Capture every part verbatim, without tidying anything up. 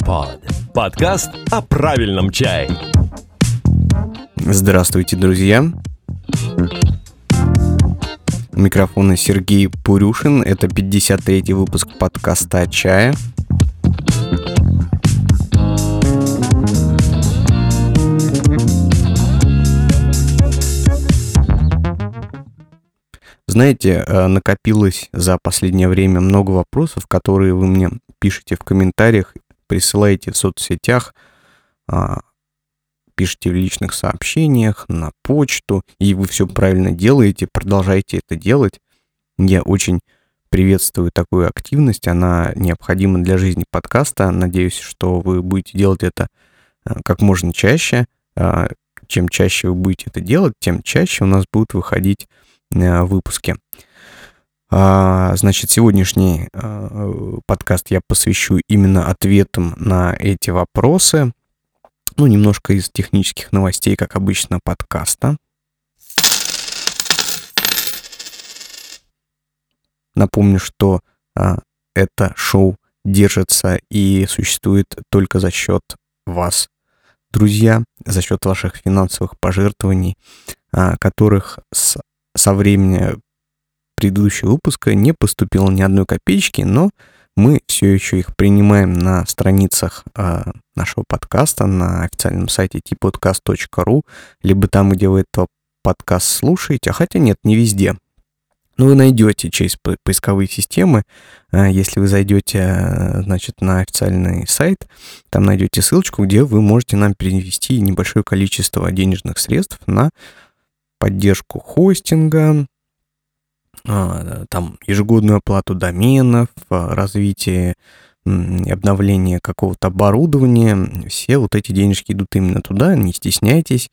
Pod. Подкаст о правильном чае. Здравствуйте, друзья. У микрофона Сергей Пурюшин. Это пятьдесят третий выпуск подкаста о чае. Знаете, накопилось за последнее время много вопросов, которые вы мне пишете в комментариях, присылаете в соцсетях, пишите в личных сообщениях, на почту, и вы все правильно делаете, продолжайте это делать. Я очень приветствую такую активность, она необходима для жизни подкаста. Надеюсь, что вы будете делать это как можно чаще. Чем чаще вы будете это делать, тем чаще у нас будут выходить выпуски. Значит, сегодняшний подкаст я посвящу именно ответам на эти вопросы. Ну, немножко из технических новостей, как обычно, подкаста. Напомню, что это шоу держится и существует только за счет вас, друзья, за счет ваших финансовых пожертвований, которых с со времени предыдущего выпуска не поступило ни одной копеечки, но мы все еще их принимаем на страницах э, нашего подкаста, на официальном сайте ти подкаст точка ру, либо там, где вы этот подкаст слушаете, а хотя нет, не везде. Но вы найдете через по- поисковые системы, э, если вы зайдете, э, значит, на официальный сайт, там найдете ссылочку, где вы можете нам перевести небольшое количество денежных средств на поддержку хостинга, там ежегодную оплату доменов, развитие и обновление какого-то оборудования. Все вот эти денежки идут именно туда, не стесняйтесь.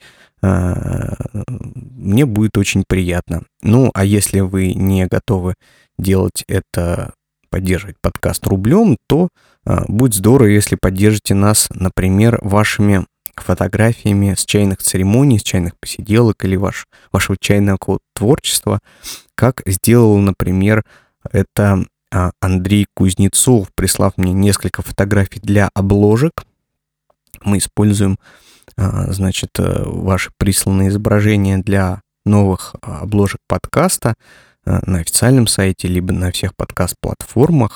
Мне будет очень приятно. Ну, а если вы не готовы делать это, поддерживать подкаст рублем, то будет здорово, если поддержите нас, например, вашими фотографиями с чайных церемоний, с чайных посиделок или ваш, вашего чайного творчества, как сделал, например, это Андрей Кузнецов, прислав мне несколько фотографий для обложек. Мы используем, значит, ваши присланные изображения для новых обложек подкаста на официальном сайте, либо на всех подкаст-платформах.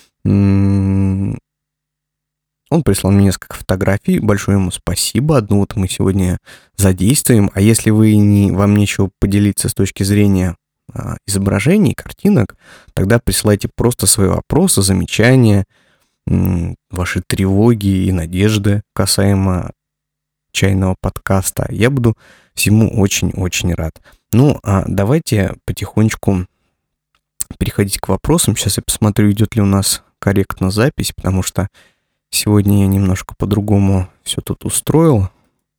Он прислал мне несколько фотографий, большое ему спасибо. Одну вот мы сегодня задействуем. А если вы не, вам нечего поделиться с точки зрения а, изображений, картинок, тогда присылайте просто свои вопросы, замечания, м, ваши тревоги и надежды касаемо чайного подкаста. Я буду всему очень-очень рад. Ну, а давайте потихонечку переходить к вопросам. Сейчас я посмотрю, идет ли у нас корректно запись, потому что сегодня я немножко по-другому все тут устроил.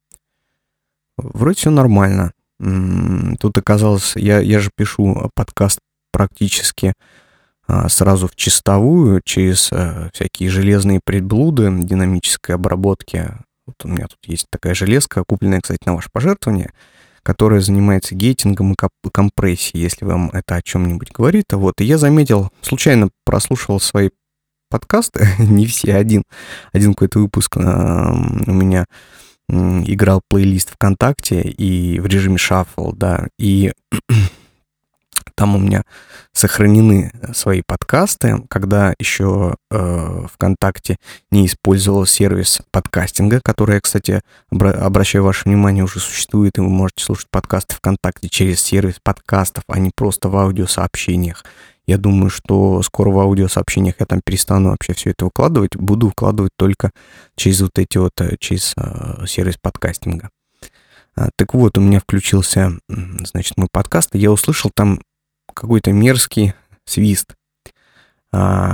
Вроде все нормально. Тут оказалось, я, я же пишу подкаст практически а, сразу в чистовую, через а, всякие железные приблуды динамической обработки. Вот у меня тут есть такая железка, купленная, кстати, на ваше пожертвование, которая занимается гейтингом и компрессией, если вам это о чем-нибудь говорит. Вот, и я заметил, случайно прослушивал свои подкасты, не все, один, один какой-то выпуск э, у меня э, играл плейлист ВКонтакте и в режиме шаффл, да, и там у меня сохранены свои подкасты, когда еще э, ВКонтакте не использовал сервис подкастинга, который, я, кстати, обра- обращаю ваше внимание, уже существует, и вы можете слушать подкасты ВКонтакте через сервис подкастов, а не просто в аудиосообщениях. Я думаю, что скоро в аудиосообщениях я там перестану вообще все это выкладывать, буду выкладывать только через вот эти вот, через э, сервис подкастинга. А, так вот, у меня включился, значит, мой подкаст, и я услышал там какой-то мерзкий свист. А,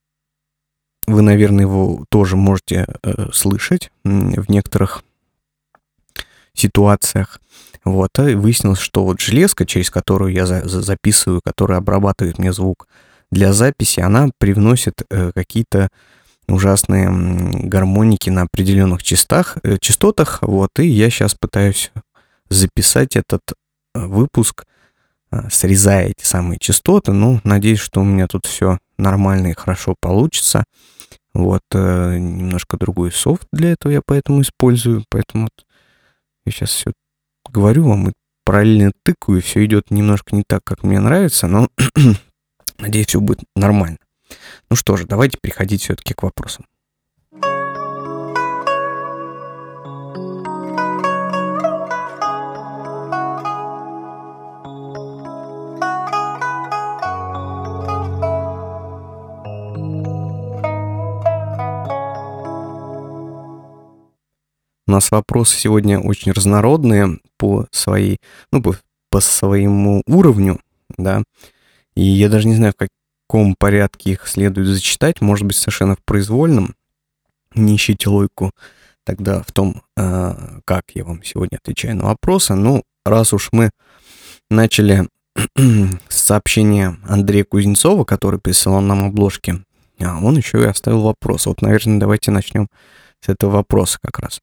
вы, наверное, его тоже можете э, слышать в некоторых ситуациях. Вот, и выяснилось, что вот железка, через которую я за, за, записываю, которая обрабатывает мне звук для записи, она привносит э, какие-то ужасные гармоники на определенных частотах, э, частотах. Вот, и я сейчас пытаюсь записать этот выпуск, э, срезая эти самые частоты. Ну, надеюсь, что у меня тут все нормально и хорошо получится. Вот, э, немножко другой софт для этого я поэтому использую. Поэтому вот я сейчас все говорю вам и параллельно тыкаю, и все идет немножко не так, как мне нравится, но надеюсь, все будет нормально. Ну что же, давайте переходить все-таки к вопросам. У нас вопросы сегодня очень разнородные по своей, ну, по, по своему уровню, да, и я даже не знаю, в каком порядке их следует зачитать, может быть, совершенно в произвольном, не ищите логику тогда в том, э, как я вам сегодня отвечаю на вопросы. Ну, раз уж мы начали с сообщения Андрея Кузнецова, который присылал нам обложки, а он еще и оставил вопрос. Вот, наверное, давайте начнем с этого вопроса как раз.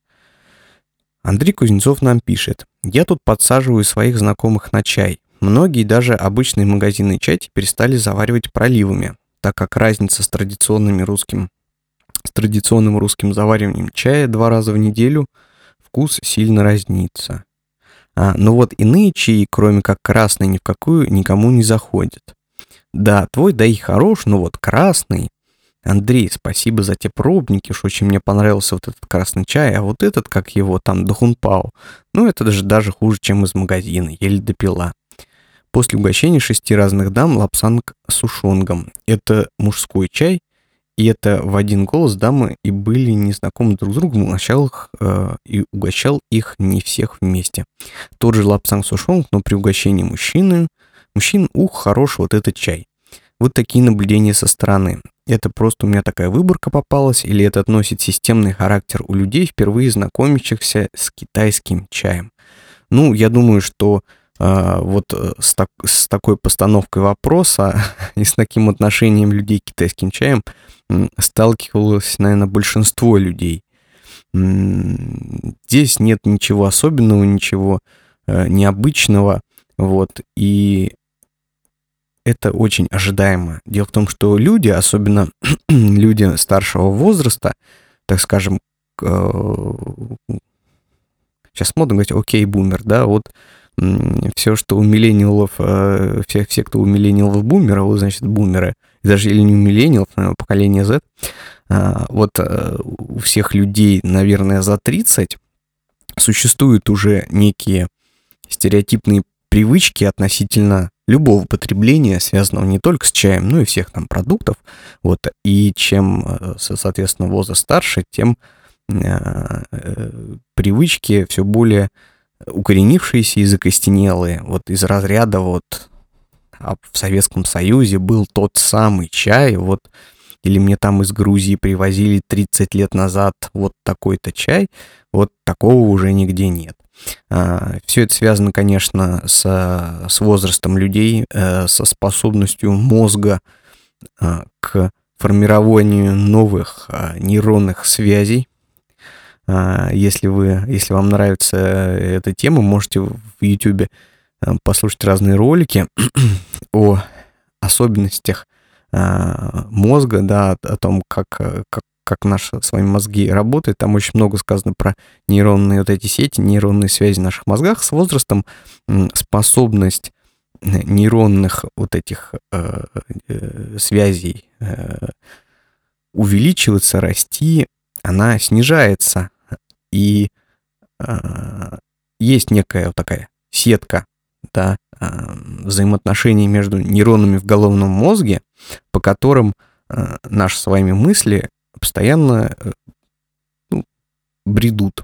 Андрей Кузнецов нам пишет: «Я тут подсаживаю своих знакомых на чай. Многие даже обычный магазинный чай теперь стали заваривать проливами, так как разница с традиционным русским, с традиционным русским завариванием чая два раза в неделю вкус сильно разнится. А, но вот иные чаи, кроме как красный, ни в какую никому не заходят. Да, твой да и хорош, но вот красный... Андрей, спасибо за те пробники, что очень мне понравился вот этот красный чай, а вот этот, как его там, Дахунпао, ну это даже, даже хуже, чем из магазина, еле допила. После угощения шести разных дам лапсанг с ушонгом. Это мужской чай, и это в один голос дамы и были незнакомы друг с другом, угощал их, э, и угощал их не всех вместе. Тот же лапсанг с ушонг, но при угощении мужчины, мужчин, ух, хорош вот этот чай. Вот такие наблюдения со стороны. Это просто у меня такая выборка попалась, или это носит системный характер у людей, впервые знакомящихся с китайским чаем? Ну, я думаю, что э, вот с, так, с такой постановкой вопроса и с таким отношением людей к китайским чаям сталкивалось, наверное, большинство людей. Здесь нет ничего особенного, ничего э, необычного, вот, и это очень ожидаемо. Дело в том, что люди, особенно люди старшего возраста, так скажем, сейчас модно говорить «окей, бумер», да, вот все, что у миллениалов, все, все, кто у миллениалов бумеры, вот, значит, бумеры, даже или не у миллениалов, наверное, поколение Z, вот у всех людей, наверное, за тридцать существуют уже некие стереотипные привычки относительно любого потребления, связанного не только с чаем, но и всех там продуктов. Вот. И чем, соответственно, возраст старше, тем э, э, привычки все более укоренившиеся и закостенелые. Вот из разряда вот а в Советском Союзе был тот самый чай, вот, или мне там из Грузии привозили тридцать лет назад вот такой-то чай, вот такого уже нигде нет. Все это связано, конечно, с, с возрастом людей, со способностью мозга к формированию новых нейронных связей. Если вы, если вам нравится эта тема, можете в YouTube послушать разные ролики о особенностях мозга, да, о том, как, как как наши с вами мозги работают. Там очень много сказано про нейронные вот эти сети, нейронные связи в наших мозгах. С возрастом способность нейронных вот этих э, э, связей э, увеличиваться, расти, она снижается. И э, есть некая вот такая сетка, да, э, взаимоотношений между нейронами в головном мозге, по которым э, наши с вами мысли постоянно, ну, бредут.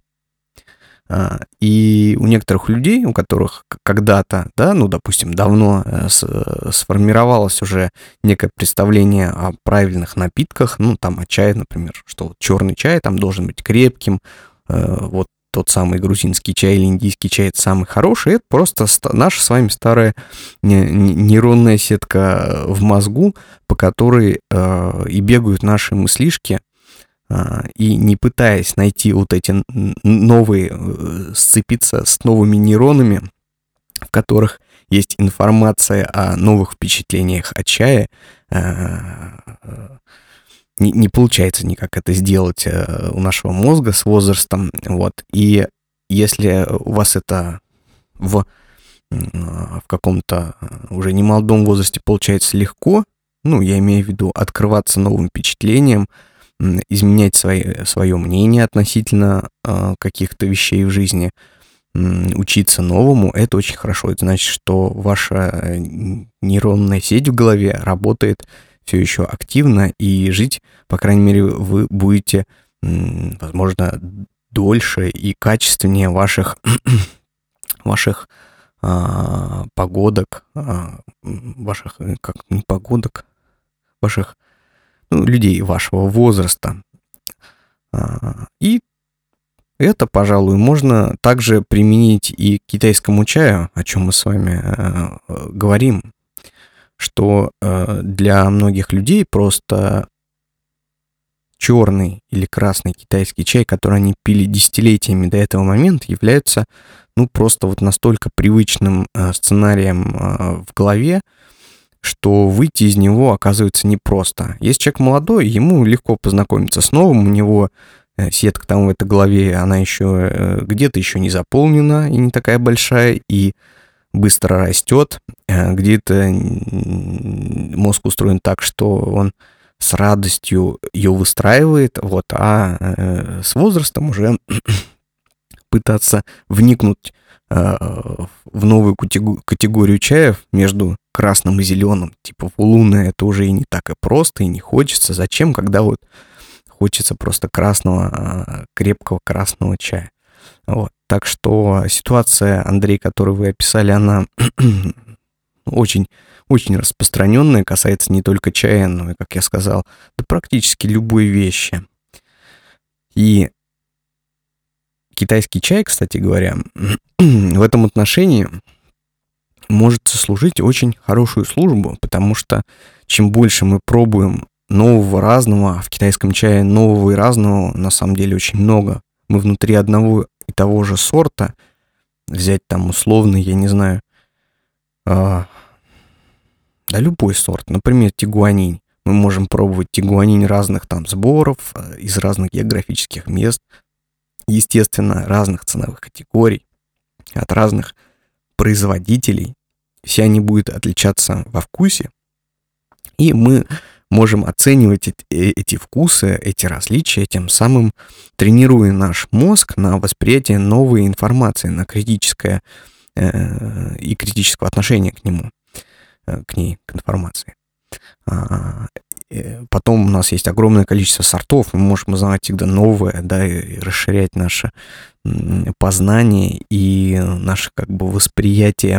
И у некоторых людей, у которых когда-то, да, ну, допустим, давно сформировалось уже некое представление о правильных напитках, ну, там, о чае, например, что вот черный чай там должен быть крепким, вот тот самый грузинский чай или индийский чай — это самый хороший, это просто наша с вами старая нейронная сетка в мозгу, по которой и бегают наши мыслишки, и не пытаясь найти вот эти новые, сцепиться с новыми нейронами, в которых есть информация о новых впечатлениях о чае, не, не получается никак это сделать у нашего мозга с возрастом. Вот. И если у вас это в, в каком-то уже немолодом возрасте получается легко, ну, я имею в виду открываться новым впечатлениям, изменять свои, свое мнение относительно э, каких-то вещей в жизни, э, учиться новому, это очень хорошо. Это значит, что ваша нейронная сеть в голове работает все еще активно, и жить, по крайней мере, вы будете, э, возможно, дольше и качественнее ваших, ваших э, погодок, э, ваших, как не погодок, ваших ну, людей вашего возраста. И это, пожалуй, можно также применить и к китайскому чаю, о чем мы с вами говорим, что для многих людей просто черный или красный китайский чай, который они пили десятилетиями до этого момента, является ну, просто вот настолько привычным сценарием в голове, что выйти из него оказывается непросто. Если человек молодой, ему легко познакомиться с новым, у него сетка там в этой голове, она еще где-то еще не заполнена и не такая большая, и быстро растет. Где-то мозг устроен так, что он с радостью ее выстраивает, вот, а с возрастом уже пытаться вникнуть в новую категорию чаев между красным и зеленым, типа улунное, это уже и не так и просто, и не хочется. Зачем, когда вот хочется просто красного, крепкого красного чая. Вот. Так что ситуация, Андрей, которую вы описали, она очень, очень распространенная, касается не только чая, но и, как я сказал, да практически любой вещи. И китайский чай, кстати говоря, в этом отношении может сослужить очень хорошую службу, потому что чем больше мы пробуем нового разного, а в китайском чае нового и разного на самом деле очень много. Мы внутри одного и того же сорта, взять там условно, я не знаю, э, да любой сорт, например, тигуанинь. Мы можем пробовать тигуанинь разных там сборов, из разных географических мест, естественно, разных ценовых категорий, от разных производителей. Все они будут отличаться во вкусе, и мы можем оценивать эти, эти вкусы, эти различия, тем самым тренируя наш мозг на восприятие новой информации, на критическое э, и критического отношения к нему, э, к ней, к информации. А, потом у нас есть огромное количество сортов, мы можем узнавать всегда новое, да, и расширять наше познание и наше как бы восприятие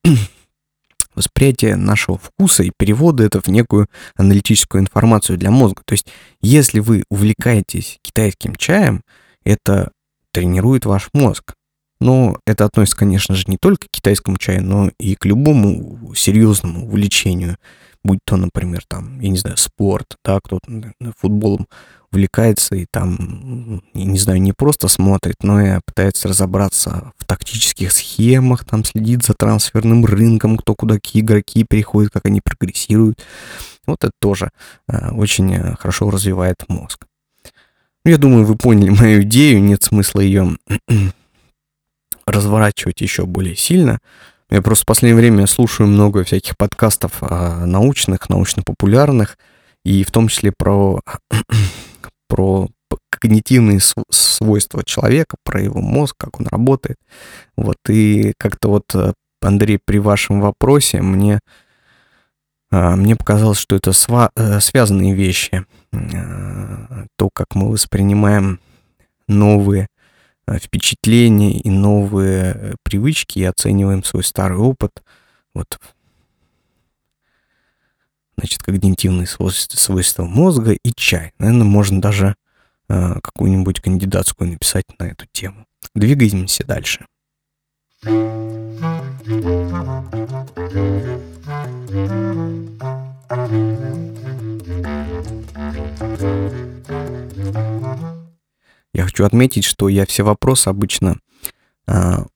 восприятие нашего вкуса и перевода это в некую аналитическую информацию для мозга. То есть, если вы увлекаетесь китайским чаем, это тренирует ваш мозг. Но это относится, конечно же, не только к китайскому чаю, но и к любому серьезному увлечению. Будь то, например, там, я не знаю, спорт, да, кто-то футболом увлекается и там, я не знаю, не просто смотрит, но и пытается разобраться в тактических схемах, там следит за трансферным рынком, кто куда какие игроки переходят, как они прогрессируют. Вот это тоже э, очень хорошо развивает мозг. Я думаю, вы поняли мою идею, нет смысла ее разворачивать еще более сильно. Я просто в последнее время слушаю много всяких подкастов научных, научно-популярных, и в том числе про, про когнитивные свойства человека, про его мозг, как он работает. Вот, и как-то вот, Андрей, при вашем вопросе мне, мне показалось, что это сва- связанные вещи. То, как мы воспринимаем новые впечатления и новые привычки и оцениваем свой старый опыт. Вот. Значит, когнитивные свойства, свойства мозга и чай. Наверное, можно даже э, какую-нибудь кандидатскую написать на эту тему. Двигаемся дальше. Я хочу отметить, что я все вопросы обычно э,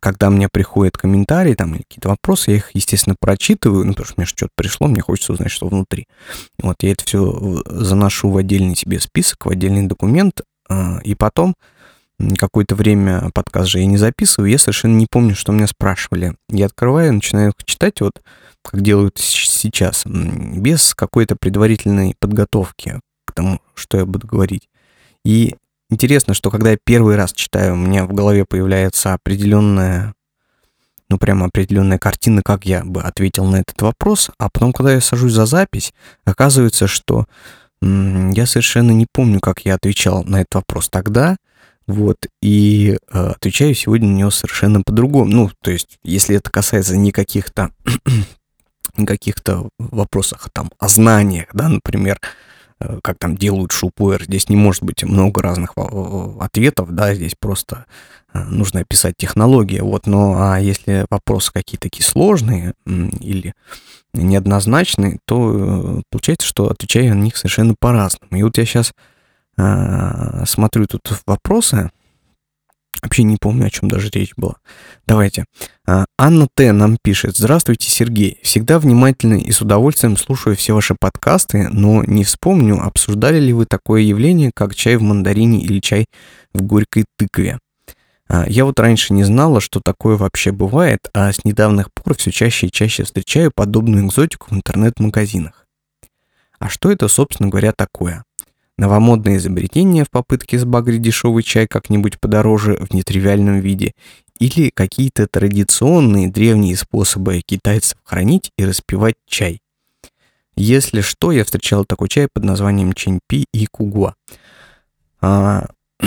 когда мне приходят комментарии там, или какие-то вопросы, я их, естественно, прочитываю, ну, потому что мне что-то пришло, мне хочется узнать, что внутри. Вот я это все заношу в отдельный себе список, в отдельный документ, и потом какое-то время подкаст же я не записываю, я совершенно не помню, что меня спрашивали. Я открываю, начинаю их читать, вот как делают сейчас, без какой-то предварительной подготовки к тому, что я буду говорить. И интересно, что когда я первый раз читаю, у меня в голове появляется определенная, ну прямо определенная картина, как я бы ответил на этот вопрос, а потом, когда я сажусь за запись, оказывается, что м- я совершенно не помню, как я отвечал на этот вопрос тогда, вот, и э, отвечаю сегодня на него совершенно по-другому. Ну, то есть, если это касается не каких-то, не каких-то вопросах там о знаниях, да, например, как там делают шоу-пуэр, здесь не может быть много разных ответов, да, здесь просто нужно описать технологию, вот, но а если вопросы какие-то такие сложные или неоднозначные, то получается, что отвечаю я на них совершенно по-разному. И вот я сейчас а, смотрю тут вопросы, вообще не помню, о чем даже речь была. Давайте. Анна Т. нам пишет. Здравствуйте, Сергей. Всегда внимательно и с удовольствием слушаю все ваши подкасты, но не вспомню, обсуждали ли вы такое явление, как чай в мандарине или чай в горькой тыкве. Я вот раньше не знала, что такое вообще бывает, а с недавних пор все чаще и чаще встречаю подобную экзотику в интернет-магазинах. А что это, собственно говоря, такое? Новомодное изобретение в попытке сбагрить дешевый чай как-нибудь подороже в нетривиальном виде или какие-то традиционные древние способы китайцев хранить и распивать чай. Если что, я встречал такой чай под названием чэньпи и кугуа. А,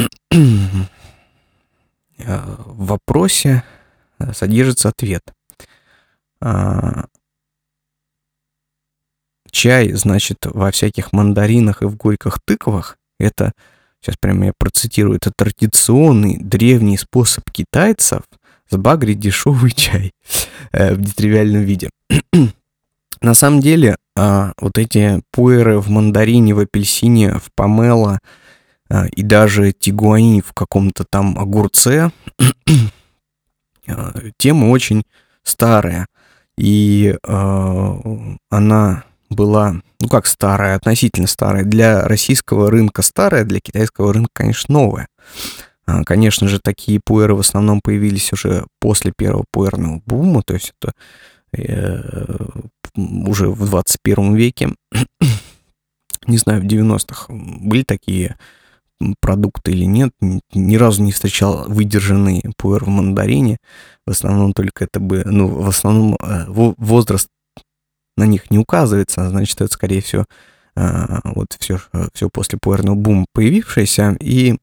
в вопросе содержится ответ. А, Чай, значит, во всяких мандаринах и в горьких тыквах, это, сейчас прямо я процитирую, это традиционный древний способ китайцев сбагрить дешевый чай э, в нетривиальном виде. На самом деле, э, вот эти пуэры в мандарине, в апельсине, в помело э, и даже тигуани в каком-то там огурце, э, тема очень старая, и э, она... была, ну как старая, относительно старая. Для российского рынка старая, для китайского рынка, конечно, новая. Конечно же, такие пуэры в основном появились уже после первого пуэрного бума, то есть это э, уже в двадцать первом веке. Не знаю, в девяностых были такие продукты или нет. Ни разу не встречал выдержанный пуэр в мандарине. В основном только это бы, ну, в основном возраст на них не указывается, значит, это, скорее всего, вот все, все после пуэрного бума появившееся, и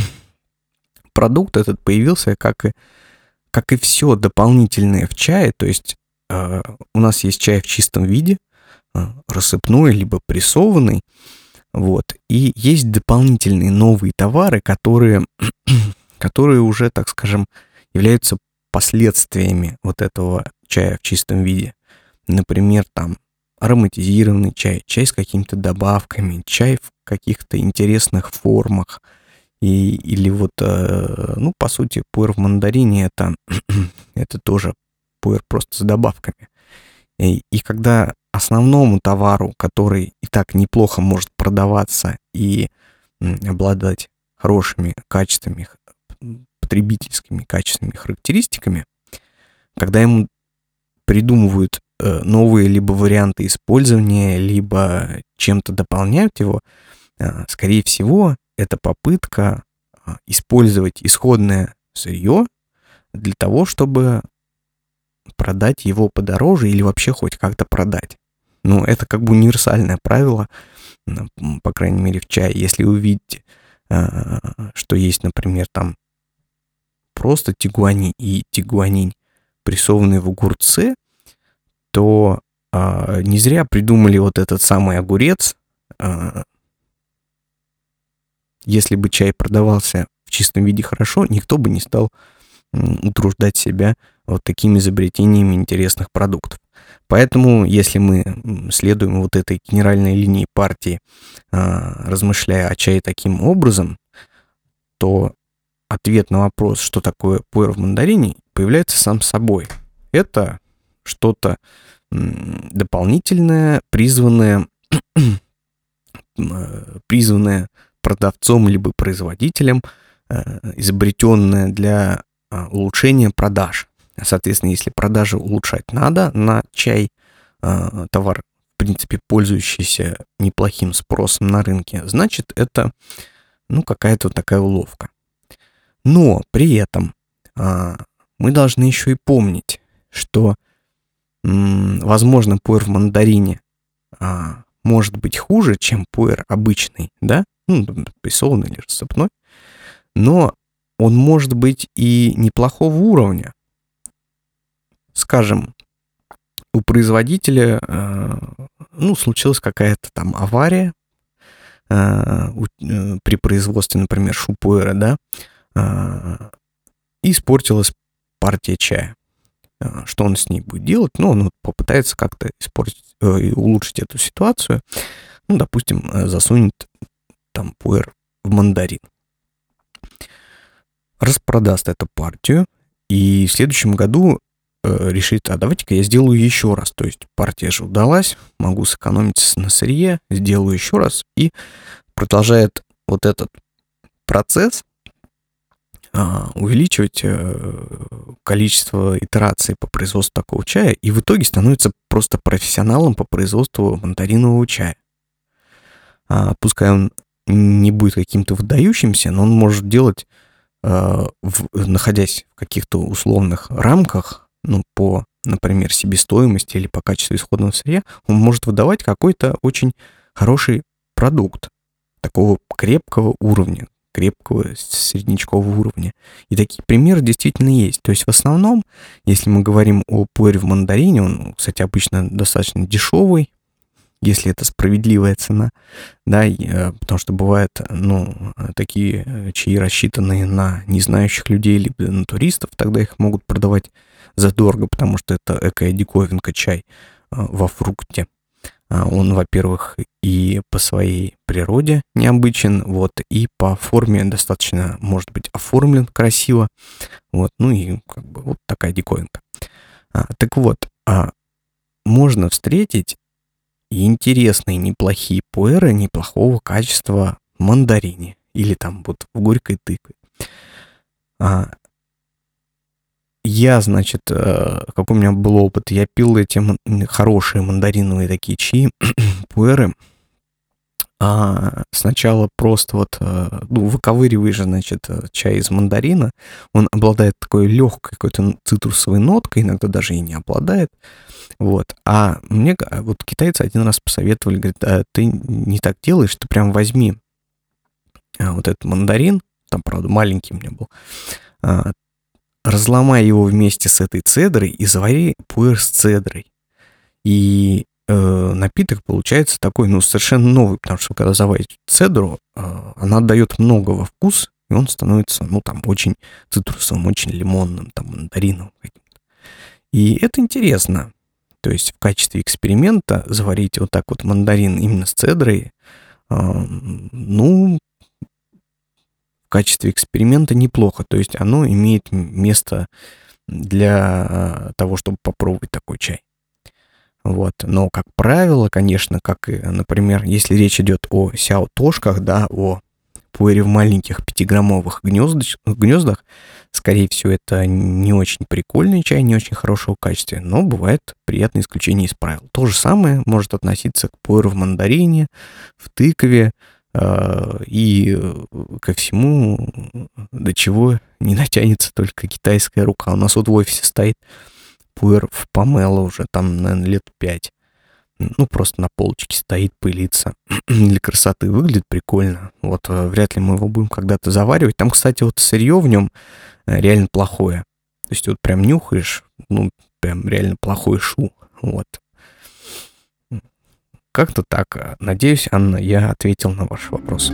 продукт этот появился, как и, как и все дополнительное в чае, то есть у нас есть чай в чистом виде, рассыпной, либо прессованный, вот, и есть дополнительные новые товары, которые, которые уже, так скажем, являются последствиями вот этого чая в чистом виде. Например, там ароматизированный чай, чай с какими-то добавками, чай в каких-то интересных формах. И, или вот, э, ну, по сути, пуэр в мандарине это, это тоже пуэр просто с добавками. И, и когда основному товару, который и так неплохо может продаваться и обладать хорошими качествами, потребительскими качественными характеристиками, когда ему придумывают новые либо варианты использования, либо чем-то дополняют его, скорее всего, это попытка использовать исходное сырье для того, чтобы продать его подороже или вообще хоть как-то продать. Ну, это как бы универсальное правило, по крайней мере, в чае. Если вы видите, что есть, например, там просто тигуани и тигуанинь, прессованные в огурце, то а, не зря придумали вот этот самый огурец. А, если бы чай продавался в чистом виде хорошо, никто бы не стал м, утруждать себя вот такими изобретениями интересных продуктов. Поэтому, если мы следуем вот этой генеральной линии партии, а, размышляя о чае таким образом, то ответ на вопрос, что такое пуэр в мандарине, появляется сам собой. Это что-то дополнительное, призванное, призванное продавцом либо производителем, изобретенное для улучшения продаж. Соответственно, если продажи улучшать надо на чай, товар, в принципе, пользующийся неплохим спросом на рынке, значит, это, ну, какая-то вот такая уловка. Но при этом мы должны еще и помнить, что, возможно, пуэр в мандарине может быть хуже, чем пуэр обычный, да, ну, прессованный или рассыпной, но он может быть и неплохого уровня. Скажем, у производителя, ну, случилась какая-то там авария при производстве, например, шупуэра, да, и испортилась партия чая. Что он с ней будет делать? Ну, он попытается как-то испортить, улучшить эту ситуацию. Ну, допустим, засунет там пуэр в мандарин. Распродаст эту партию и в следующем году э, решит, а давайте-ка я сделаю еще раз. То есть партия же удалась, могу сэкономить на сырье, сделаю еще раз и продолжает вот этот процесс э, увеличивать э, количество итераций по производству такого чая и в итоге становится просто профессионалом по производству мандаринового чая. А, пускай он не будет каким-то выдающимся, но он может делать, В, находясь в каких-то условных рамках, ну, по, например, себестоимости или по качеству исходного сырья, он может выдавать какой-то очень хороший продукт такого крепкого уровня, крепкого среднячкового уровня. И такие примеры действительно есть. То есть в основном, если мы говорим о пуэре в мандарине, он, кстати, обычно достаточно дешевый, если это справедливая цена, да, потому что бывают, ну, такие чаи, рассчитанные на незнающих людей, либо на туристов, тогда их могут продавать задорого, потому что это экая диковинка чай во фрукте. Он, во-первых, и по своей природе необычен, вот, и по форме достаточно, может быть, оформлен красиво, вот, ну и как бы вот такая диковинка. А, так вот, а, можно встретить и интересные, неплохие пуэры неплохого качества в мандарине или там вот в горькой тыкве. А, я, значит, какой у меня был опыт, я пил эти хорошие мандариновые такие чаи, пуэры. А сначала просто вот, ну, выковыриваешь, значит, чай из мандарина, он обладает такой легкой какой-то цитрусовой ноткой, иногда даже и не обладает, вот. А мне вот китайцы один раз посоветовали, говорят, а ты не так делаешь, ты прям возьми вот этот мандарин, там, правда, маленький у меня был, разломай его вместе с этой цедрой и завари пуэр с цедрой. И напиток получается такой, ну, совершенно новый, потому что когда заварить цедру, она отдает много во вкус, и он становится, ну, там, очень цитрусовым, очень лимонным, там, мандариновым каким-то. И это интересно. То есть в качестве эксперимента заварить вот так вот мандарин именно с цедрой, ну, в качестве эксперимента неплохо. То есть оно имеет место для того, чтобы попробовать такой чай. Вот. Но, как правило, конечно, как и, например, если речь идет о сяотошках, да, о пуэре в маленьких пятиграммовых гнездоч- гнездах, скорее всего, это не очень прикольный чай, не очень хорошего качества, но бывает приятное исключение из правил. То же самое может относиться к пуэру в мандарине, в тыкве э- и ко всему, до чего не натянется только китайская рука. У нас вот в офисе стоит пуэр в помело уже там, наверное, лет пять. Ну, просто на полочке стоит, пылится. Для красоты выглядит прикольно. Вот вряд ли мы его будем когда-то заваривать. Там, кстати, вот сырье в нем реально плохое. То есть вот прям нюхаешь, ну, прям реально плохой шу. Вот. Как-то так. Надеюсь, Анна, я ответил на ваш вопрос.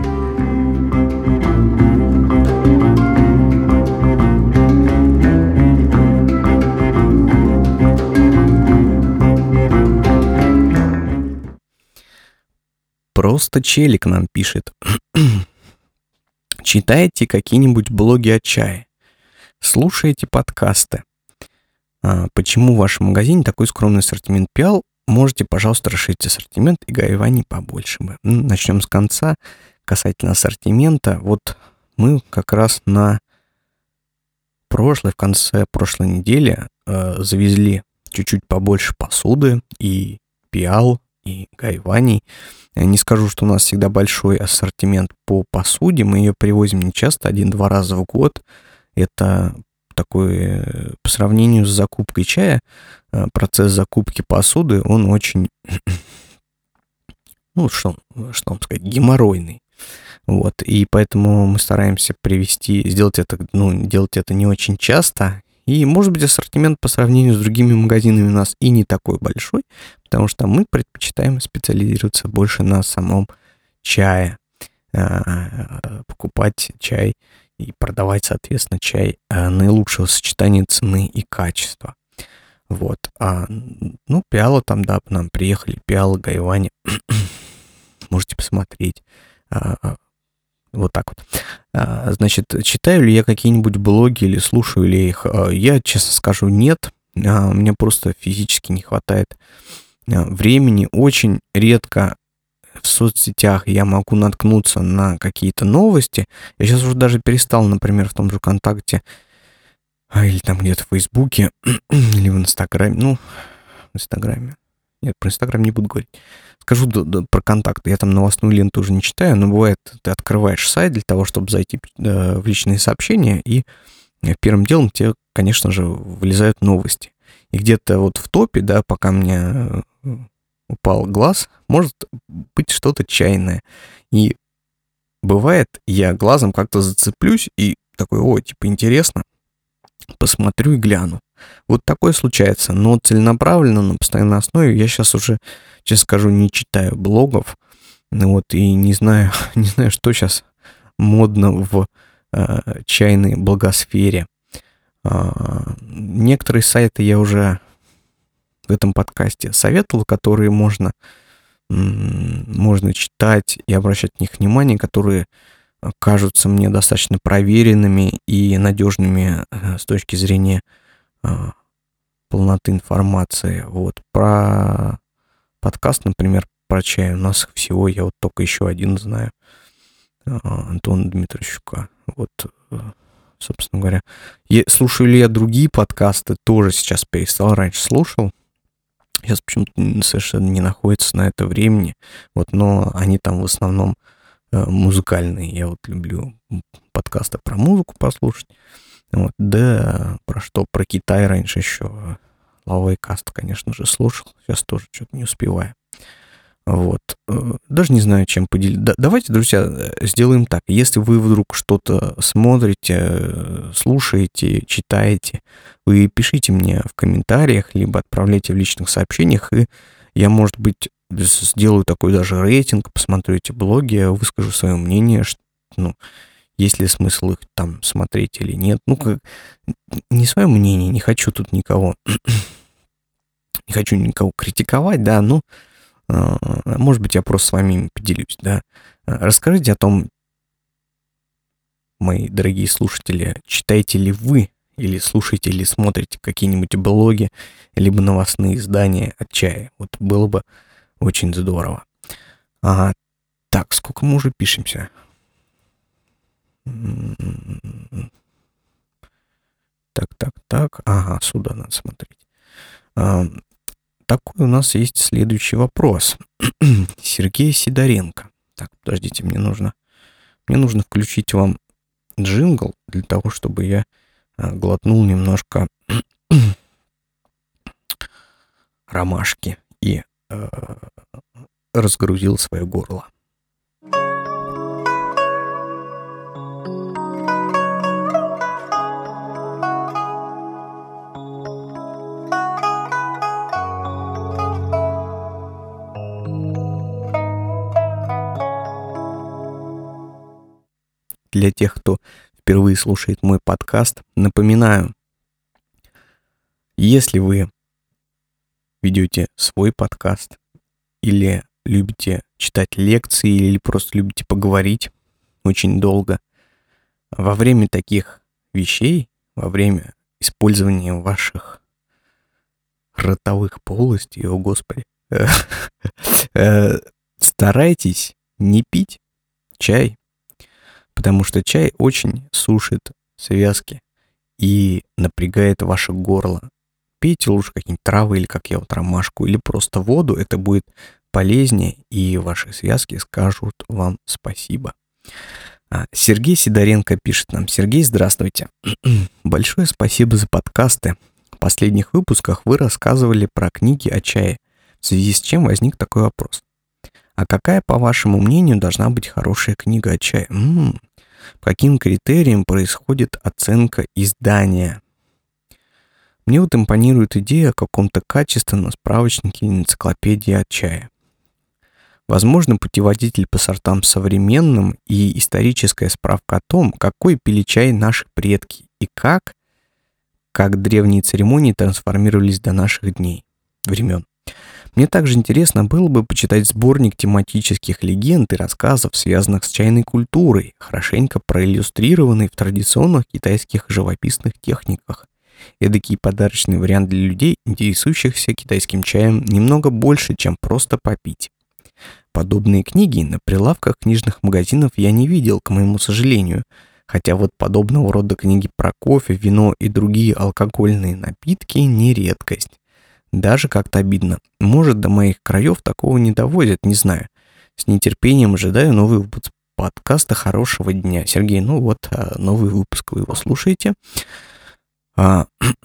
Просто челик нам пишет. Читаете какие-нибудь блоги о чае? слушаете подкасты. Почему в вашем магазине такой скромный ассортимент пиал? Можете, пожалуйста, расширить ассортимент и гаеваний побольше бы. Начнем с конца. Касательно ассортимента, вот мы как раз на прошлой, в конце прошлой недели э, завезли чуть-чуть побольше посуды и пиал, и гаеваний. Не скажу, что у нас всегда большой ассортимент по посуде. Мы ее привозим не часто, один-два раза в год. Это такой, по сравнению с закупкой чая, процесс закупки посуды, он очень, ну, что, что вам сказать, геморройный. Вот, и поэтому мы стараемся привести, сделать это, ну, делать это не очень часто. И, может быть, ассортимент по сравнению с другими магазинами у нас и не такой большой, потому что мы предпочитаем специализироваться больше на самом чае, покупать чай и продавать, соответственно, чай наилучшего сочетания цены и качества. Вот. А, ну, пиалы там, да, нам приехали, пиалы, гаевани. Можете посмотреть. А, вот так вот. А, значит, читаю ли я какие-нибудь блоги или слушаю ли их? А, я, честно скажу, нет. А, мне просто физически не хватает а, времени. Очень редко в соцсетях я могу наткнуться на какие-то новости. Я сейчас уже даже перестал, например, в том же ВКонтакте а, или там где-то в Фейсбуке, или в Инстаграме. Ну, в Инстаграме. Нет, про Инстаграм не буду говорить. Скажу да, да, про контакты. Я там новостную ленту уже не читаю, но бывает, ты открываешь сайт для того, чтобы зайти э, в личные сообщения, и э, первым делом тебе, конечно же, вылезают новости. И где-то вот в топе, да, пока мне э, упал глаз, может быть что-то чайное. И бывает, я глазом как-то зацеплюсь и такой, о, типа, интересно, посмотрю и гляну. Вот такое случается, но целенаправленно, на постоянной основе я сейчас уже, честно скажу, не читаю блогов, вот, и не знаю, не знаю, что сейчас модно в э, чайной благосфере. Э, некоторые сайты я уже в этом подкасте советовал, которые можно, можно читать и обращать на них внимание, которые кажутся мне достаточно проверенными и надежными с точки зрения полноты информации. Вот. Про подкаст, например, про чай у нас всего я вот только еще один знаю. Антона Дмитрищука. Вот, собственно говоря. Я, слушаю ли я другие подкасты? Тоже сейчас перестал. Раньше слушал. Сейчас почему-то совершенно не находится на это времени. Вот, но они там в основном музыкальные. Я вот люблю подкасты про музыку послушать. Вот, да, про что? Про Китай раньше еще. Лавой Каст, конечно же, слушал. Сейчас тоже что-то не успеваю. Вот. Даже не знаю, чем поделиться. Да, давайте, друзья, сделаем так. Если вы вдруг что-то смотрите, слушаете, читаете, вы пишите мне в комментариях, либо отправляйте в личных сообщениях, и я, может быть, сделаю такой даже рейтинг, посмотрю эти блоги, выскажу свое мнение, что, ну, есть ли смысл их там смотреть или нет. Ну, как, не свое мнение, не хочу тут никого, не хочу никого критиковать, да, ну, может быть, я просто с вами поделюсь, да. Расскажите о том, мои дорогие слушатели, читаете ли вы или слушаете, или смотрите какие-нибудь блоги, либо новостные издания от чая. Вот было бы очень здорово. А, так, сколько мы уже пишемся? Так, так, так. Ага, сюда надо смотреть. А, такой у нас есть следующий вопрос. Сергей Сидоренко. Так, подождите, мне нужно, мне нужно включить вам джингл для того, чтобы я а, глотнул немножко ромашки и а, разгрузил свое горло. Для тех, кто впервые слушает мой подкаст, напоминаю, если вы ведете свой подкаст или любите читать лекции, или просто любите поговорить очень долго, во время таких вещей во время использования ваших ротовых полостей, о господи, старайтесь не пить чай, потому что чай очень сушит связки и напрягает ваше горло. Пейте лучше какие-нибудь травы или, как я, вот ромашку, или просто воду. Это будет полезнее, и ваши связки скажут вам спасибо. Сергей Сидоренко пишет нам. Сергей, здравствуйте. Большое спасибо за подкасты. В последних выпусках вы рассказывали про книги о чае, в связи с чем возник такой вопрос. А какая, по вашему мнению, должна быть хорошая книга о чае? М-м, по каким критериям происходит оценка издания? Мне вот импонирует идея о каком-то качественном справочнике или энциклопедии о чае. Возможно, путеводитель по сортам современным и историческая справка о том, какой пили чай наши предки и как, как древние церемонии трансформировались до наших дней, времен. Мне также интересно было бы почитать сборник тематических легенд и рассказов, связанных с чайной культурой, хорошенько проиллюстрированный в традиционных китайских живописных техниках. Эдакий подарочный вариант для людей, интересующихся китайским чаем немного больше, чем просто попить. Подобные книги на прилавках книжных магазинов я не видел, к моему сожалению, хотя вот подобного рода книги про кофе, вино и другие алкогольные напитки не редкость. Даже как-то обидно. Может, до моих краев такого не довозят, не знаю. С нетерпением ожидаю новый выпуск подкаста. Хорошего дня. Сергей, ну вот, новый выпуск, вы его слушаете. А,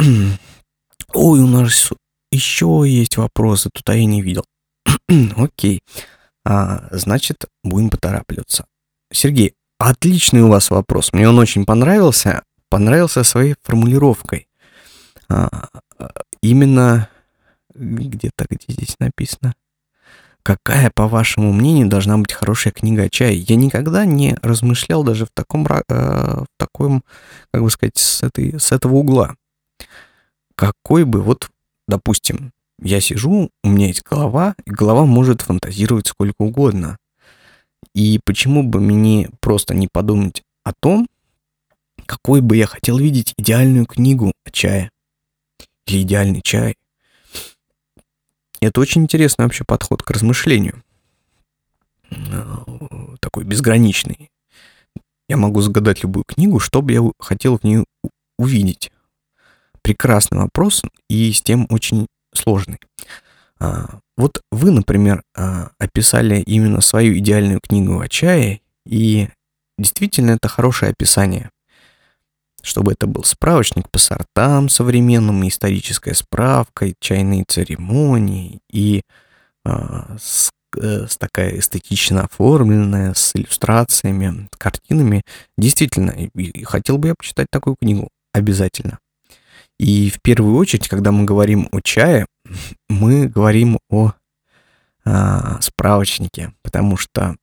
ой, у нас еще есть вопросы, тут я не видел. Окей. А, значит, будем поторапливаться. Сергей, отличный у вас вопрос. Мне он очень понравился. Понравился своей формулировкой. А, именно... Где-то, где здесь написано. Какая, по вашему мнению, должна быть хорошая книга о чае? Я никогда не размышлял даже в таком, э, в таком, как бы сказать, с, этой, с этого угла. Какой бы, вот, допустим, я сижу, у меня есть голова, и голова может фантазировать сколько угодно. И почему бы мне просто не подумать о том, какой бы я хотел видеть идеальную книгу о чае? Или идеальный чай? Это очень интересный вообще подход к размышлению. Такой безграничный. Я могу загадать любую книгу, что бы я хотел в ней увидеть. Прекрасный вопрос и с тем очень сложный. Вот вы, например, описали именно свою идеальную книгу о чае, и действительно это хорошее описание. Чтобы это был справочник по сортам современным, историческая справка, чайные церемонии, и э, с, э, с такая эстетично оформленная, с иллюстрациями, картинами. Действительно, и, и хотел бы я почитать такую книгу, обязательно. И в первую очередь, когда мы говорим о чае, мы говорим о э, справочнике, потому что,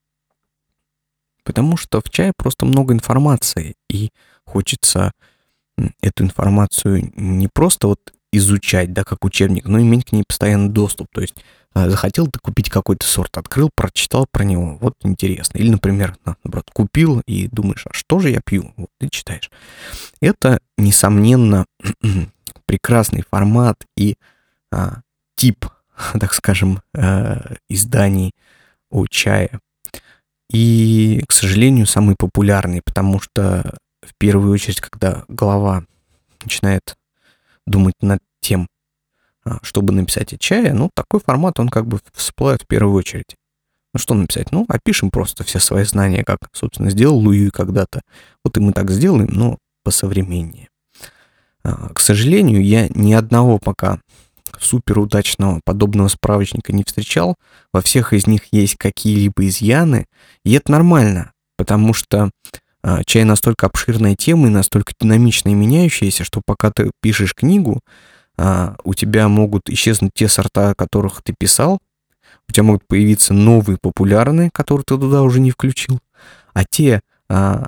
потому что в чае просто много информации, и хочется эту информацию не просто вот изучать, да, как учебник, но иметь к ней постоянный доступ. То есть захотел ты купить какой-то сорт, открыл, прочитал про него, вот интересно. Или, например, наоборот, купил и думаешь, а что же я пью? Вот ты читаешь. Это, несомненно, прекрасный формат и а, тип, так скажем, а, изданий о чае. И, к сожалению, самый популярный, потому что в первую очередь, когда голова начинает думать над тем, чтобы написать о чае, ну, такой формат, он как бы всплывает в первую очередь. Ну, что написать? Ну, опишем просто все свои знания, как, собственно, сделал Луи когда-то. Вот и мы так сделаем, но посовременнее. К сожалению, я ни одного пока суперудачного подобного справочника не встречал. Во всех из них есть какие-либо изъяны, и это нормально, потому что чай настолько обширная тема и настолько динамичная и меняющаяся, что пока ты пишешь книгу, у тебя могут исчезнуть те сорта, о которых ты писал, у тебя могут появиться новые популярные, которые ты туда уже не включил, а те, ну,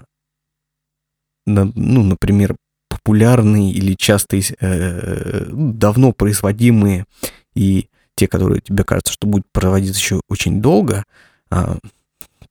например, популярные или часто давно производимые и те, которые тебе кажется, что будут проводиться еще очень долго,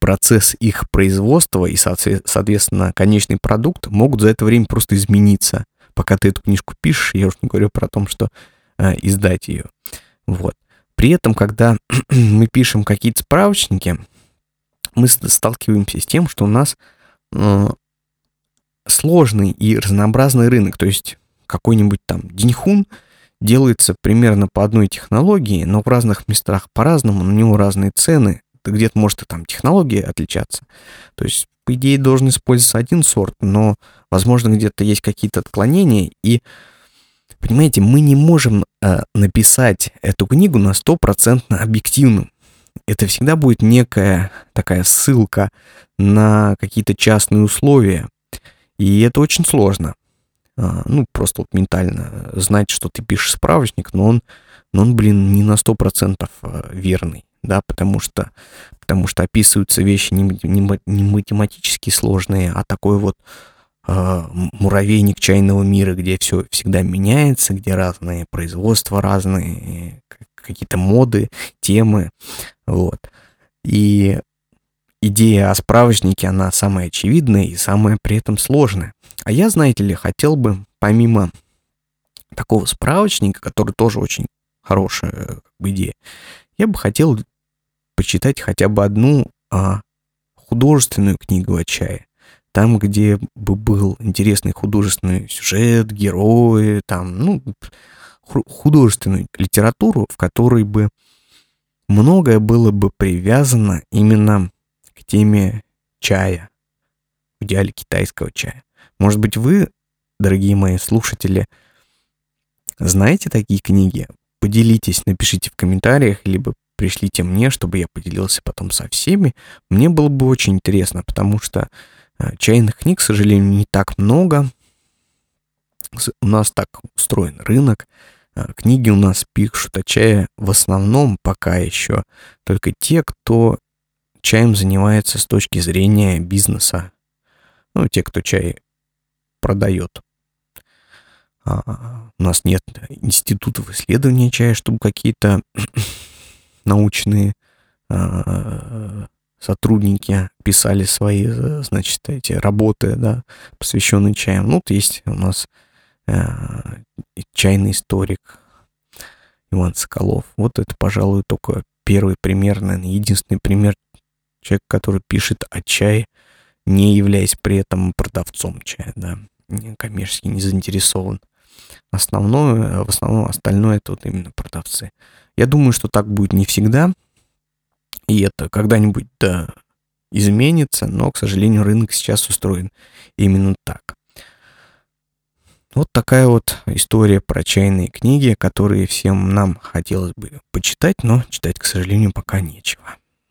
процесс их производства и, соответственно, конечный продукт могут за это время просто измениться. Пока ты эту книжку пишешь, я уж не говорю про то, что э, издать ее. Вот. При этом, когда мы пишем какие-то справочники, мы сталкиваемся с тем, что у нас э, сложный и разнообразный рынок. То есть какой-нибудь там Деньхун делается примерно по одной технологии, но в разных местах по-разному, на него разные цены. Где-то может и там технологии отличаться. То есть, по идее, должен использоваться один сорт, но, возможно, где-то есть какие-то отклонения. И, понимаете, мы не можем э, написать эту книгу на стопроцентно объективным. Это всегда будет некая такая ссылка на какие-то частные условия. И это очень сложно. А, ну, просто вот ментально знать, что ты пишешь справочник, но он, но он блин, не на сто процентов верный. Да, потому что, потому что описываются вещи не, не, не математически сложные, а такой вот э, муравейник чайного мира, где все всегда меняется, где разные производства, разные какие-то моды, темы. Вот. И идея о справочнике, она самая очевидная и самая при этом сложная. А я, знаете ли, хотел бы, помимо такого справочника, который тоже очень хорошая как бы, идея, я бы хотел почитать хотя бы одну а, художественную книгу о чае. Там, где бы был интересный художественный сюжет, герои, там, ну, художественную литературу, в которой бы многое было бы привязано именно к теме чая, в идеале китайского чая. Может быть, вы, дорогие мои слушатели, знаете такие книги? Поделитесь, напишите в комментариях, либо пришлите мне, чтобы я поделился потом со всеми. Мне было бы очень интересно, потому что чайных книг, к сожалению, не так много. У нас так устроен рынок. Книги у нас пишут о чае в основном пока еще только те, кто чаем занимается с точки зрения бизнеса. Ну, те, кто чай продает. А, у нас нет институтов исследования чая, чтобы какие-то научные э, сотрудники писали свои, значит, эти работы, да, посвященные чаям. Ну, вот есть у нас э, чайный историк Иван Соколов. Вот это, пожалуй, только первый пример, наверное, единственный пример человека, который пишет о чае, не являясь при этом продавцом чая, да, коммерчески не заинтересован. Основное, в основном остальное это вот именно продавцы. Я думаю, что так будет не всегда, и это когда-нибудь да, изменится, но, к сожалению, рынок сейчас устроен именно так. Вот такая вот история про чайные книги, которые всем нам хотелось бы почитать, но читать, к сожалению, пока нечего.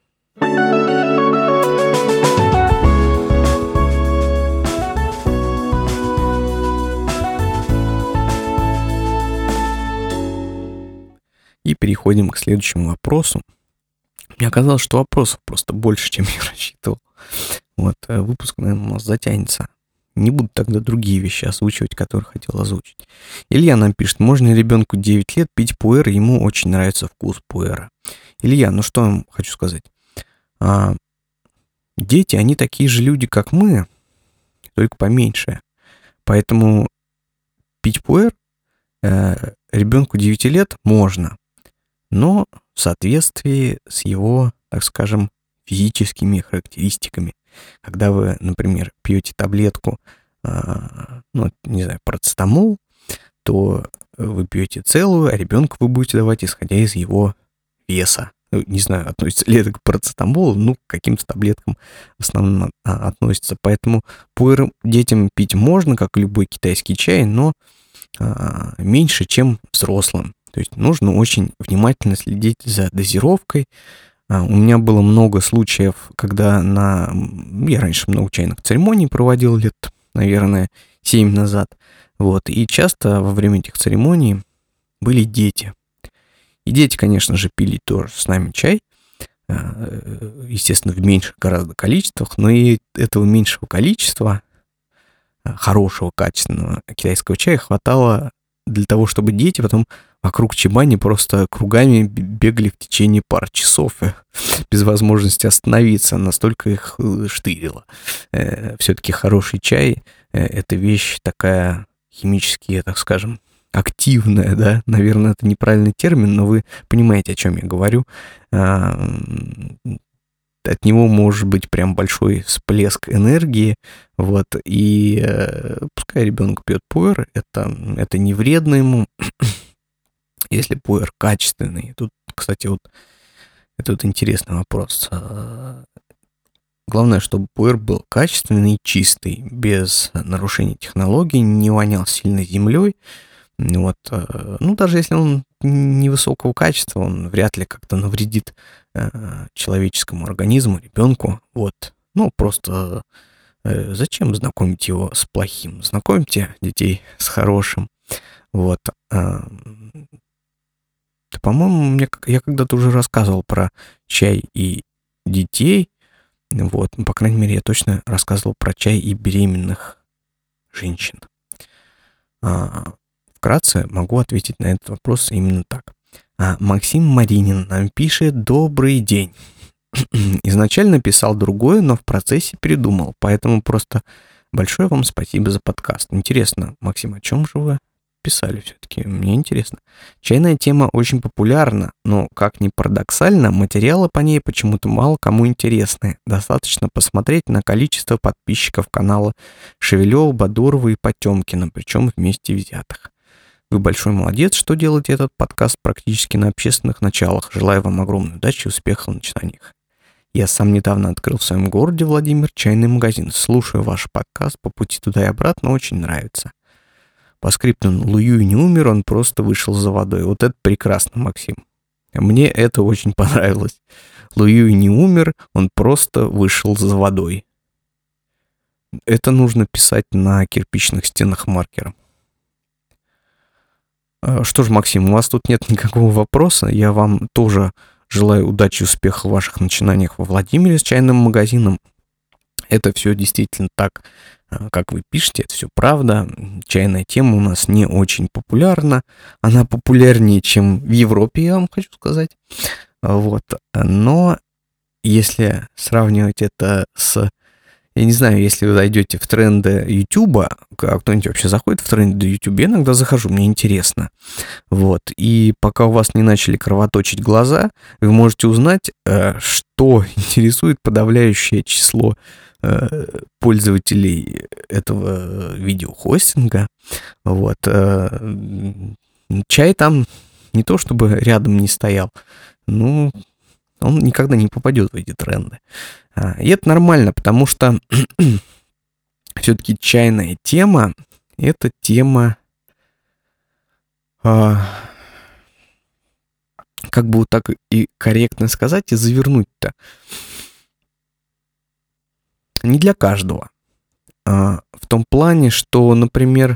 И переходим к следующему вопросу. Мне оказалось, что вопросов просто больше, чем я рассчитывал. Вот, выпуск, наверное, у нас затянется. Не буду тогда другие вещи озвучивать, которые хотел озвучить. Илья нам пишет, можно ли ребенку девять лет пить пуэр, ему очень нравится вкус пуэра. Илья, ну что я вам хочу сказать. А, дети, они такие же люди, как мы, только поменьше. Поэтому пить пуэр э, ребенку девяти лет можно, но в соответствии с его, так скажем, физическими характеристиками. Когда вы, например, пьете таблетку, э, ну, не знаю, парацетамол, то вы пьете целую, а ребенку вы будете давать, исходя из его веса. Ну, не знаю, относится ли это к парацетамолу, ну, к каким-то таблеткам в основном а, относится. Поэтому пуэр детям пить можно, как любой китайский чай, но а, меньше, чем взрослым. То есть нужно очень внимательно следить за дозировкой. А, у меня было много случаев, когда на... Я раньше много чайных церемоний проводил лет, наверное, семь назад. Вот. И часто во время этих церемоний были дети. И дети, конечно же, пили тоже с нами чай. Естественно, в меньших гораздо количествах. Но и этого меньшего количества хорошего, качественного китайского чая хватало для того, чтобы дети потом вокруг Чебани просто кругами бегали в течение пары часов, без возможности остановиться, настолько их штырило. Все-таки хороший чай — это вещь такая химически, так скажем, активная, да, наверное, это неправильный термин, но вы понимаете, о чем я говорю. От него может быть прям большой всплеск энергии, вот, и э, пускай ребенок пьет пуэр, это, это не вредно ему, если пуэр качественный. Тут, кстати, вот, это вот интересный вопрос. Главное, чтобы пуэр был качественный и чистый, без нарушений технологий, не вонял сильно землей. Вот, ну, даже если он невысокого качества, он вряд ли как-то навредит э, человеческому организму, ребенку. Вот, ну, просто э, зачем знакомить его с плохим? Знакомьте детей с хорошим. Вот. Э, по-моему, мне, я когда-то уже рассказывал про чай и детей. Вот, ну, по крайней мере, я точно рассказывал про чай и беременных женщин. А, Вкратце могу ответить на этот вопрос именно так. А Максим Маринин нам пишет: «Добрый день. Изначально писал другое, но в процессе передумал, поэтому просто большое вам спасибо за подкаст». Интересно, Максим, о чем же вы писали все-таки? Мне интересно. Чайная тема очень популярна, но, как ни парадоксально, материалы по ней почему-то мало кому интересны. Достаточно посмотреть на количество подписчиков канала Шевелева, Бадурова и Потемкина, причем вместе взятых. Вы большой молодец, что делаете этот подкаст практически на общественных началах. Желаю вам огромной удачи и успехов в начинаниях. Я сам недавно открыл в своем городе, Владимир, чайный магазин. Слушаю ваш подкаст по пути туда и обратно, очень нравится. По скриптам Луюй не умер, он просто вышел за водой. Вот это прекрасно, Максим. Мне это очень понравилось. Луюй не умер, он просто вышел за водой. Это нужно писать на кирпичных стенах маркером. Что ж, Максим, у вас тут нет никакого вопроса. Я вам тоже желаю удачи и успеха в ваших начинаниях во Владимире с чайным магазином. Это все действительно так, как вы пишете, это все правда. Чайная тема у нас не очень популярна. Она популярнее, чем в Европе, я вам хочу сказать. Вот. Но если сравнивать это с... Я не знаю, если вы зайдете в тренды Ютуба, а кто-нибудь вообще заходит в тренды Ютуба, я иногда захожу, мне интересно. Вот. И пока у вас не начали кровоточить глаза, вы можете узнать, что интересует подавляющее число пользователей этого видеохостинга. Вот. Чай там не то чтобы рядом не стоял, ну, он никогда не попадет в эти тренды. И это нормально, потому что все-таки чайная тема — это тема, как бы вот так и корректно сказать и завернуть-то, не для каждого. В том плане, что, например,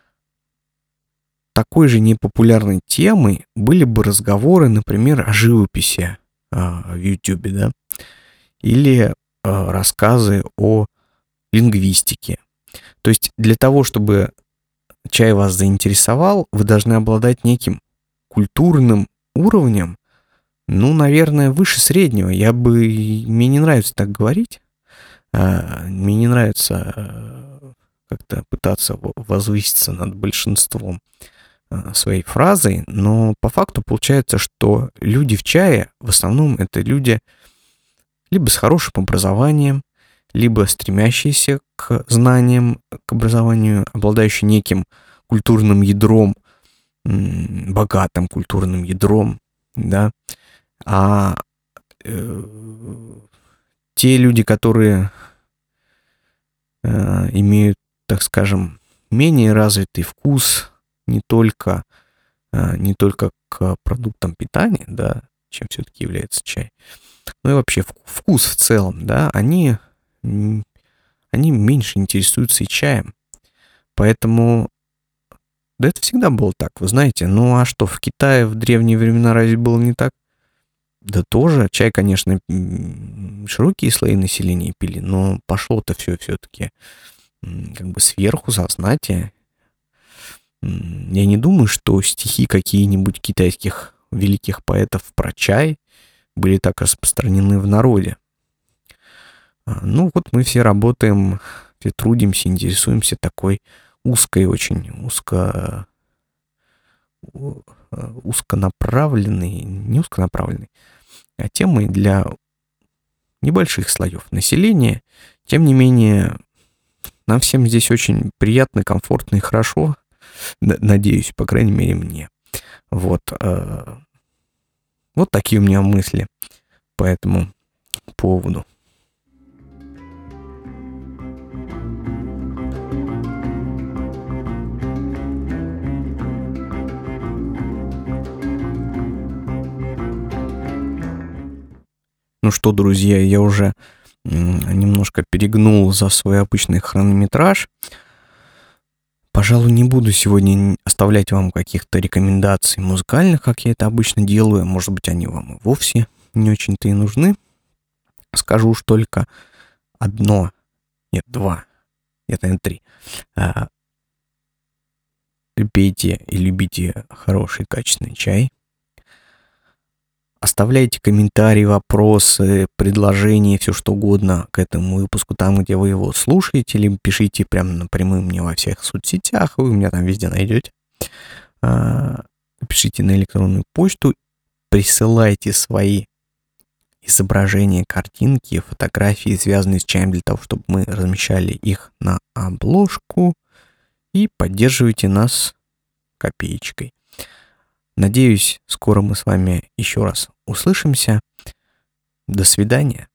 такой же непопулярной темой были бы разговоры, например, о живописи в Ютубе, да, или рассказы о лингвистике. То есть для того, чтобы чай вас заинтересовал, вы должны обладать неким культурным уровнем, ну, наверное, выше среднего. Я бы... Мне не нравится так говорить. Мне не нравится как-то пытаться возвыситься над большинством своей фразой, но по факту получается, что люди в чае в основном это люди либо с хорошим образованием, либо стремящиеся к знаниям, к образованию, обладающие неким культурным ядром, богатым культурным ядром, да, а э, те люди, которые э, имеют, так скажем, менее развитый вкус не только, э, не только к продуктам питания, да, чем все-таки является чай, но и вообще вкус в целом, да, они, они меньше интересуются и чаем. Поэтому, да, это всегда было так, вы знаете. Ну а что, в Китае в древние времена разве было не так? Да тоже, чай, конечно, широкие слои населения пили, но пошло-то все все-таки как бы сверху, со знати. Я не думаю, что стихи какие-нибудь китайских великих поэтов про чай были так распространены в народе. Ну вот мы все работаем, все трудимся, интересуемся такой узкой, очень узко, узконаправленной, не узконаправленной, а темой для небольших слоев населения. Тем не менее, нам всем здесь очень приятно, комфортно и хорошо. Надеюсь, по крайней мере, мне. Вот. Вот такие у меня мысли по этому поводу. Ну что, друзья, я уже немножко перегнул за свой обычный хронометраж. Пожалуй, не буду сегодня оставлять вам каких-то рекомендаций музыкальных, как я это обычно делаю. Может быть, они вам и вовсе не очень-то и нужны. Скажу уж только одно, нет, два, нет, наверное, три. Пейте и любите хороший, качественный чай. Оставляйте комментарии, вопросы, предложения, все что угодно к этому выпуску, там, где вы его слушаете, либо пишите прямо напрямую мне во всех соцсетях, вы меня там везде найдете. Пишите на электронную почту, присылайте свои изображения, картинки, фотографии, связанные с чаем, для того, чтобы мы размещали их на обложку, и поддерживайте нас копеечкой. Надеюсь, скоро мы с вами еще раз услышимся. До свидания.